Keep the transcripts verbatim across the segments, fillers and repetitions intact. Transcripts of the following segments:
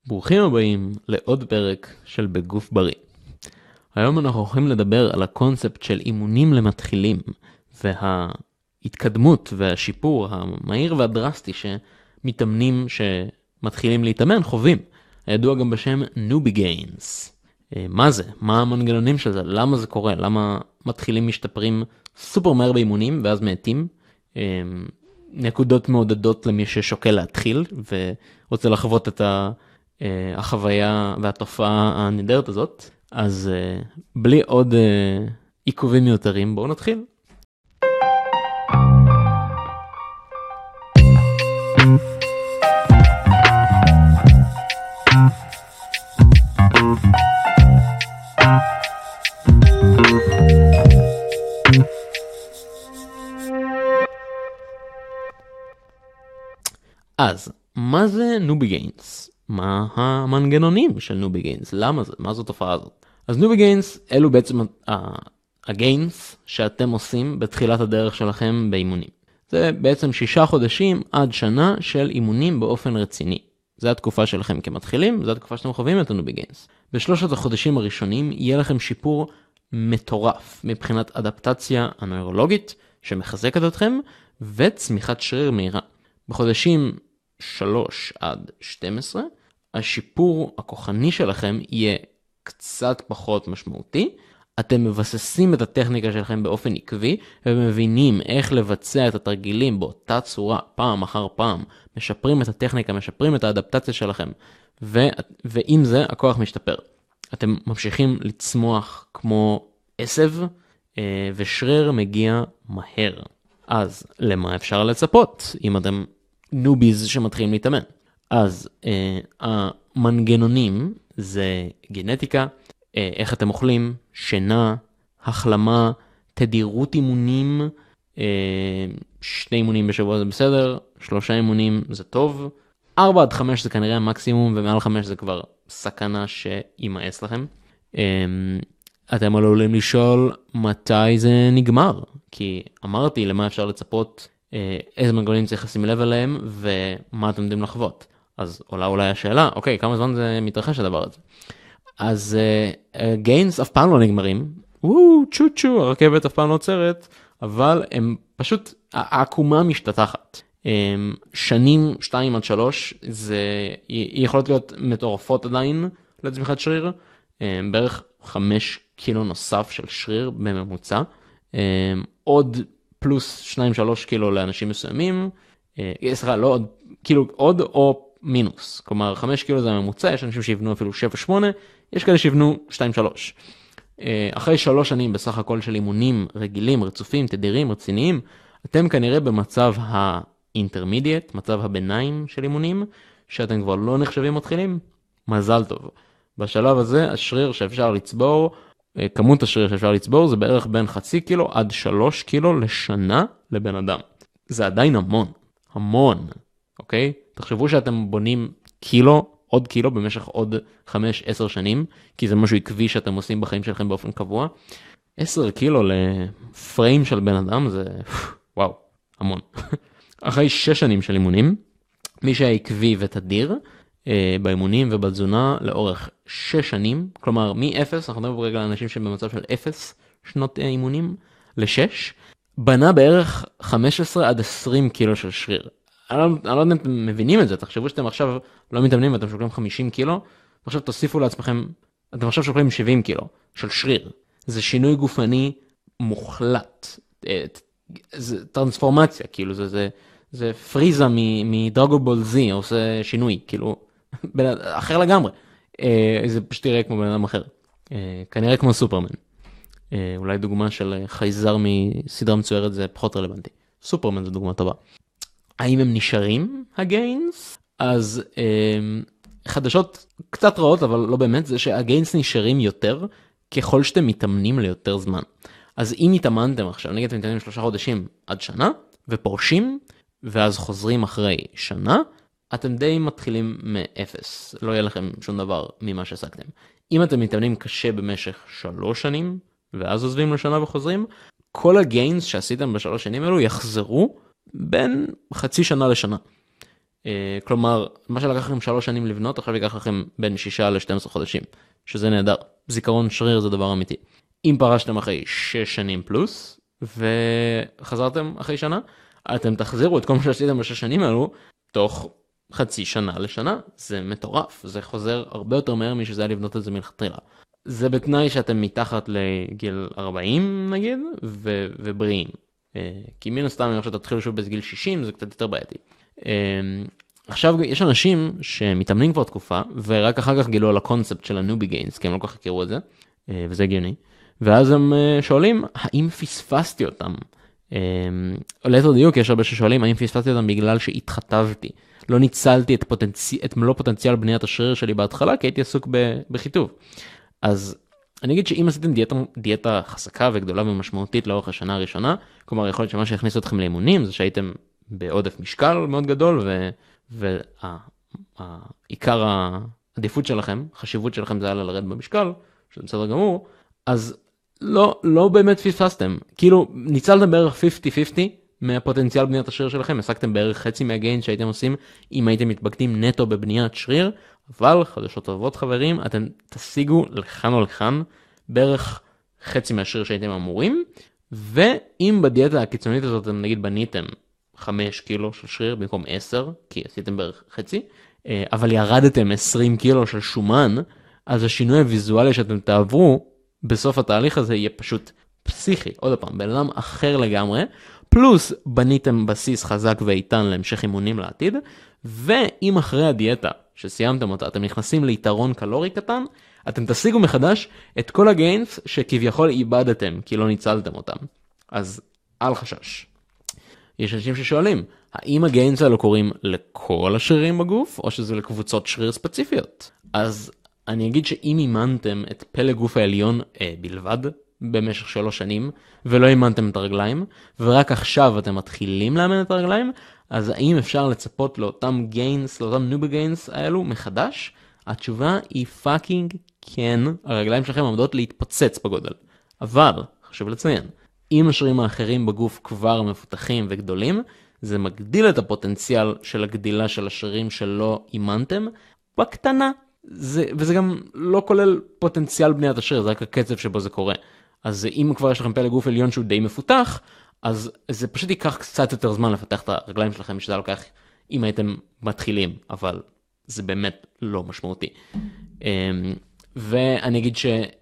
ברוכים הבאים לעוד פרק של בגוף בריא. היום אנחנו הולכים לדבר על הקונספט של אימונים למתחילים, וההתקדמות והשיפור המהיר והדרסטי שמתאמנים שמתחילים להתאמן חווים. הידוע גם בשם נובי גיינס. מה זה? מה המנגנונים של זה? למה זה קורה? למה מתחילים משתפרים סופר מהר באימונים ואז מתים? נקודות מעודדות למי ששוקל להתחיל ורוצה לחוות את החוויה והתופעה הנהדרת הזאת. אז בלי עוד עיכובים מיותרים, בואו נתחיל. אז, מה זה נובי גיינס? מה המנגנונים של נובי גיינס? למה זה? מה זו תופעה הזאת? אז נובי גיינס, אלו בעצם הגיינס שאתם עושים בתחילת הדרך שלכם באימונים. זה בעצם שישה חודשים עד שנה של אימונים באופן רציני. זו התקופה שלכם כמתחילים, זו התקופה שאתם חווים את הנובי גיינס. בשלושת החודשים הראשונים יהיה לכם שיפור מטורף מבחינת אדפטציה הנוירולוגית שמחזקת אתכם וצמיחת שריר מהירה. בחודשים שלוש עד שתים עשרה, השיפור הכוחני שלכם יהיה קצת פחות משמעותי. אתם מבססים את הטכניקה שלכם באופן עקבי, ומבינים איך לבצע את התרגילים באותה צורה פעם אחר פעם. משפרים את הטכניקה, משפרים את האדפטציה שלכם, ו- ועם זה הכוח משתפר. אתם ממשיכים לצמוח כמו עשב, ושריר מגיע מהר. אז למה אפשר לצפות אם אתם נוביז שמתחילים להתאמן? אז אה, המנגנונים זה גנטיקה, אה, איך אתם אוכלים, שינה, החלמה, תדירות אימונים, אה, שני אימונים בשבוע זה בסדר, שלושה אימונים זה טוב, ארבע עד חמש זה כנראה המקסימום, ומעל חמש זה כבר סכנה שימאס לכם. אה, אתם עלולים לשאול מתי זה נגמר, כי אמרתי למה אפשר לצפות, איזה מנגנונים צריך לשים לב אליהם, ומה אתם יודעים לחוות. אז עולה אולי השאלה, אוקיי, כמה זמן זה מתרחש הדבר הזה? אז גיינס אף פעם לא נגמרים, וואו, צ'ו צ'ו, הרכבת אף פעם לא עוצרת, אבל הם פשוט, העקומה משתתחת. שנים שתיים עד שלוש, זה יכולות להיות מטורפות עדיין לצמיחת שריר, בערך חמש קילו נוסף של שריר בממוצע, עוד פלוס שניים שלוש קילו לאנשים מסוימים, סליחה, לא עוד, כאילו עוד או מינוס, כלומר חמש קילו זה הממוצע, יש אנשים שיבנו אפילו שבע שמונה, יש כאלה שיבנו שתיים שלוש. אחרי שלוש שנים בסך הכל של אימונים רגילים, רצופים, תדירים, רציניים, אתם כנראה במצב האינטרמידיאט, מצב הביניים של אימונים, שאתם כבר לא נחשבים מתחילים, מזל טוב. בשלב הזה השריר שאפשר לצבור, כמות השריר שאפשר לצבור זה בערך בין חצי קילו עד שלוש קילו לשנה לבן אדם. זה עדיין המון, המון, אוקיי? תחשבו שאתם בונים קילו, עוד קילו במשך עוד חמש עשר שנים, כי זה משהו עקבי שאתם עושים בחיים שלכם באופן קבוע. עשר קילו לפריים של בן אדם זה, וואו, המון. אחרי שש שנים של אימונים, מי שהיה עקבי ותדיר, באימונים ובתזונה לאורך שש שנים, כלומר מ-אפס, אנחנו נדבר רגע לאנשים שבמצב של אפס שנות אימונים, ל-שש, בנה בערך חמש עשרה עד עשרים קילו של שריר. אני לא, אני לא יודע אם אתם מבינים את זה, תחשבו שאתם עכשיו לא מתאמנים ואתם שוקלים חמישים קילו, ועכשיו תוסיפו לעצמכם, אתם עכשיו שוקלים שבעים קילו של שריר. זה שינוי גופני מוחלט, זה טרנספורמציה, כאילו זה, זה, זה פריזה מדרגובול זי, עושה שינוי, כאילו, אחר לגמרי. זה פשוט יראה כמו בן אדם אחר. כנראה כמו סופרמן. אולי דוגמה של חייזר מסדרה מצוירת זה פחות רלוונטי. סופרמן זה דוגמה טובה. האם הם נשארים הגיינס? אז חדשות קצת רעות, אבל לא באמת, זה שהגיינס נשארים יותר ככל שאתם מתאמנים ליותר זמן. אז אם התאמנתם עכשיו, נגיד אתם מתאמנים שלושה חודשים עד שנה, ופורשים, ואז חוזרים אחרי שנה, אתם די מתחילים מאפס, לא יהיה לכם שום דבר ממה שעסקתם. אם אתם מתאמנים קשה במשך שלוש שנים, ואז עוזבים לשנה וחוזרים, כל הגיינס שעשיתם בשלוש שנים האלו יחזרו בין חצי שנה לשנה. כלומר, מה שלקח לכם שלוש שנים לבנות, עכשיו ייקח לכם בין שישה ל-שנים עשר חודשים, שזה נהדר. זיכרון שריר זה דבר אמיתי. אם פרשתם אחרי שש שנים פלוס, וחזרתם אחרי שנה, אתם תחזירו את כל מה שעשיתם בשש שנים האלו, תוך חצי שנה לשנה. זה מטורף, זה חוזר הרבה יותר מהר משזה היה לבנות את זה מלכתחילה. זה בתנאי שאתם מתחת לגיל ארבעים נגיד, ו- ובריאים. כי מן הסתם אם עכשיו תתחילו שוב בגיל שישים, זה קצת יותר בעייתי. עכשיו יש אנשים שמתאמנים כבר תקופה, ורק אחר כך גילו על הקונספט של הנובי גיינס, כי הם לא כל כך הכירו את זה, וזה הגיוני. ואז הם שואלים, האם פספסתי אותם? ליתר דיוק, יש הרבה ששואלים, האם פספסתי אותם בגלל שהתחתבתי? לא ניצלתי את, פוטנצי... את מלוא פוטנציאל בניית השריר שלי בהתחלה, כי הייתי עסוק ב... בחיתוב. אז אני אגיד שאם עשיתם דיאטה, דיאטה חזקה וגדולה ומשמעותית לאורך השנה הראשונה, כלומר יכול להיות שמה שהכניס אתכם לאימונים, זה שהייתם בעודף משקל מאוד גדול, ועיקר העדיפות שלכם, חשיבות שלכם זה היה לרדת במשקל, שזה בסדר גמור, אז לא, לא באמת פספסתם. כאילו, ניצלתם בערך חמישים חמישים מהפוטנציאל בניית השריר שלכם, הסקתם בערך חצי מהגיין שהייתם עושים אם הייתם מתבקדים נטו בבניית שריר, אבל חדשות טובות חברים, אתם תשיגו לכאן או לכאן בערך חצי מהשריר שהייתם אמורים, ואם בדיאטה הקיצונית הזאת אתם נגיד בניתם חמש קילו של שריר במקום עשר, כי עשיתם בערך חצי, אבל ירדתם עשרים קילו של שומן, אז השינוי הוויזואלי שאתם תעברו בסוף התהליך הזה יהיה פשוט פסיכי. עוד פעם, בן אדם אחר לגמרי, פלוס בניתם בסיס חזק ואיתן להמשך אימונים לעתיד, ואם אחרי הדיאטה שסיימתם אותה, אתם נכנסים ליתרון קלורי קטן, אתם תשיגו מחדש את כל הגיינס שכביכול איבדתם, כי לא ניצלתם אותם. אז אל חשש. יש אנשים ששואלים, האם הגיינס האלו קוראים לכל השרירים בגוף, או שזה לקבוצות שריר ספציפיות? אז אני אגיד שאם אימנתם את פלא גוף העליון אה, בלבד, במשך שלוש שנים, ולא אימנתם את הרגליים, ורק עכשיו אתם מתחילים לאמן את הרגליים, אז האם אפשר לצפות לאותם גיינס, לאותם נובי גיינס האלו מחדש? התשובה היא פאקינג כן, הרגליים שלכם עומדות להתפוצץ בגודל. אבל, חשוב לציין, אם השרירים האחרים בגוף כבר מפותחים וגדולים, זה מגדיל את הפוטנציאל של הגדילה של השרירים שלא אימנתם, בקטנה. זה, וזה גם לא כולל פוטנציאל בניית השריר, זה רק הקצב שבו זה קורה. אז אם כבר יש לכם פלא גוף עליון שהוא די מפותח, אז זה פשוט ייקח קצת יותר זמן לפתח את הרגליים שלכם, שזה לוקח אם הייתם מתחילים, אבל זה באמת לא משמעותי. ואני אגיד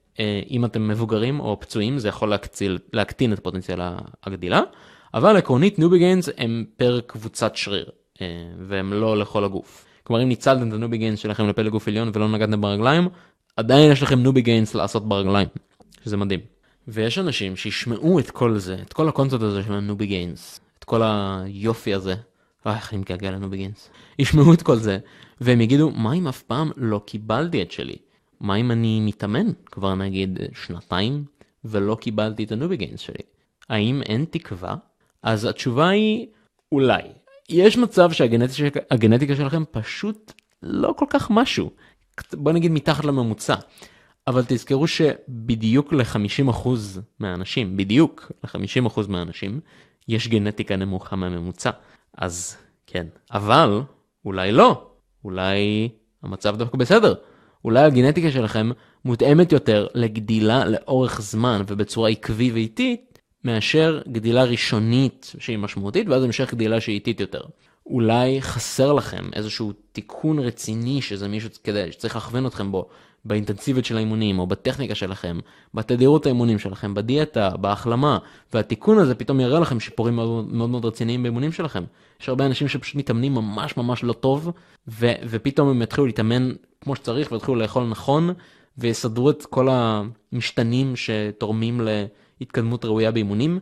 שאם אתם מבוגרים או פצועים, זה יכול להקציל, להקטין את פוטנציאל הגדילה, אבל עקרונית נובי גיינס הם פר קבוצת שריר, והם לא לכל הגוף. כלומר, אם ניצלתם את הנובי גיינס שלכם לפלא גוף עליון ולא נגעתם ברגליים, עדיין יש לכם נובי גיינס לעשות ברגליים, שזה מדהים. ויש אנשים שישמעו את כל זה, את כל הקונספט הזה של הנובי גיינס, את כל היופי הזה, אה, איך אני מתגעגע לנובי גיינס, ישמעו את כל זה, והם יגידו, מה אם אף פעם לא קיבלתי את שלי? מה אם אני מתאמן כבר נגיד שנתיים, ולא קיבלתי את הנובי גיינס שלי? האם אין תקווה? אז התשובה היא, אולי. יש מצב שהגנטיקה שלכם פשוט לא כל כך משהו. בוא נגיד מתחת לממוצע. אבל תזכרו שבדיוק ל-חמישים אחוז מהאנשים, בדיוק ל-חמישים אחוז מהאנשים, יש גנטיקה נמוכה מהממוצע. אז כן, אבל אולי לא. אולי המצב דווקא בסדר. אולי הגנטיקה שלכם מותאמת יותר לגדילה לאורך זמן ובצורה עקבי ואיטית, מאשר גדילה ראשונית שהיא משמעותית, ואז המשך גדילה שהיא איטית יותר. אולי חסר לכם איזשהו תיקון רציני שזה מישהו כדי שצריך להכוון אתכם בו, באינטנסיביות של האימונים או בטכניקה שלכם, בתדירות האימונים שלכם, בדיאטה, בהחלמה, והתיקון הזה פתאום יראה לכם שיפורים מאוד מאוד, מאוד רציניים באימונים שלכם. יש הרבה אנשים שפשוט מתאמנים ממש ממש לא טוב, ו- ופתאום הם יתחילו להתאמן כמו שצריך ויתחילו לאכול נכון, ויסדרו את כל המשתנים שתורמים להתקדמות ראויה באימונים,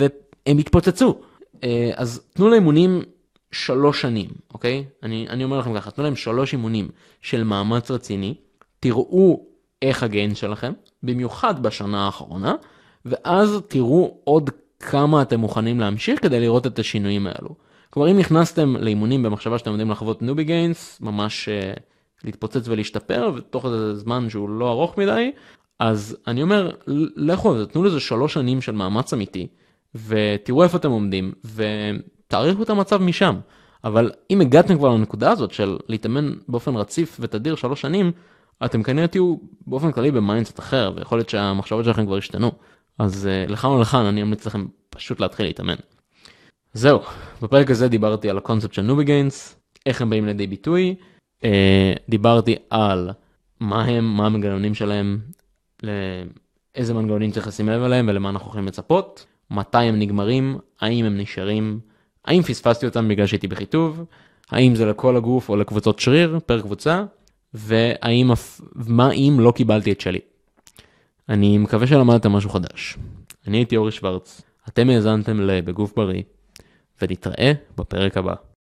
והם יתפוצצו. אז תנו לאימונים שלוש שנים, אוקיי? אני, אני אומר לכם ככה, תנו להם שלוש אימונים של מאמץ רציני, תראו איך הגיין שלכם, במיוחד בשנה האחרונה, ואז תראו עוד כמה אתם מוכנים להמשיך כדי לראות את השינויים האלו. כלומר, אם נכנסתם לאימונים במחשבה שאתם יודעים לחוות נובי גיינס, ממש uh, להתפוצץ ולהשתפר, ותוך איזה זמן שהוא לא ארוך מדי, אז אני אומר, לכו, תנו לזה שלוש שנים של מאמץ אמיתי, ותראו איפה אתם עומדים, ותעריכו את המצב משם. אבל אם הגעתם כבר לנקודה הזאת של להתאמן באופן רציף ותדיר שלוש שנים, אתם כנראה תהיו באופן כללי במיינדסט אחר, ויכול להיות שהמחשבות שלכם כבר השתנו. אז לכאן ולכאן אני אמליץ לכם פשוט להתחיל להתאמן. זהו, בפרק הזה דיברתי על הקונספט של נוביגיינס, איך הם באים לידי ביטוי, דיברתי על מה הם, מה המנגנונים שלהם, לאיזה מנגנונים צריך לשים לב עליהם ולמה אנחנו יכולים לצפות, מתי הם נגמרים, האם הם נשארים, האם פספסתי אותם בגלל שהייתי בחיטוב, האם זה לכל הגוף או לקבוצות שריר פר קבוצה, והאם, מה אם לא קיבלתי את שלי. אני מקווה שלמדתם משהו חדש. אני הייתי אורי שוורץ, אתם האזנתם לבגוף בריא, ונתראה בפרק הבא.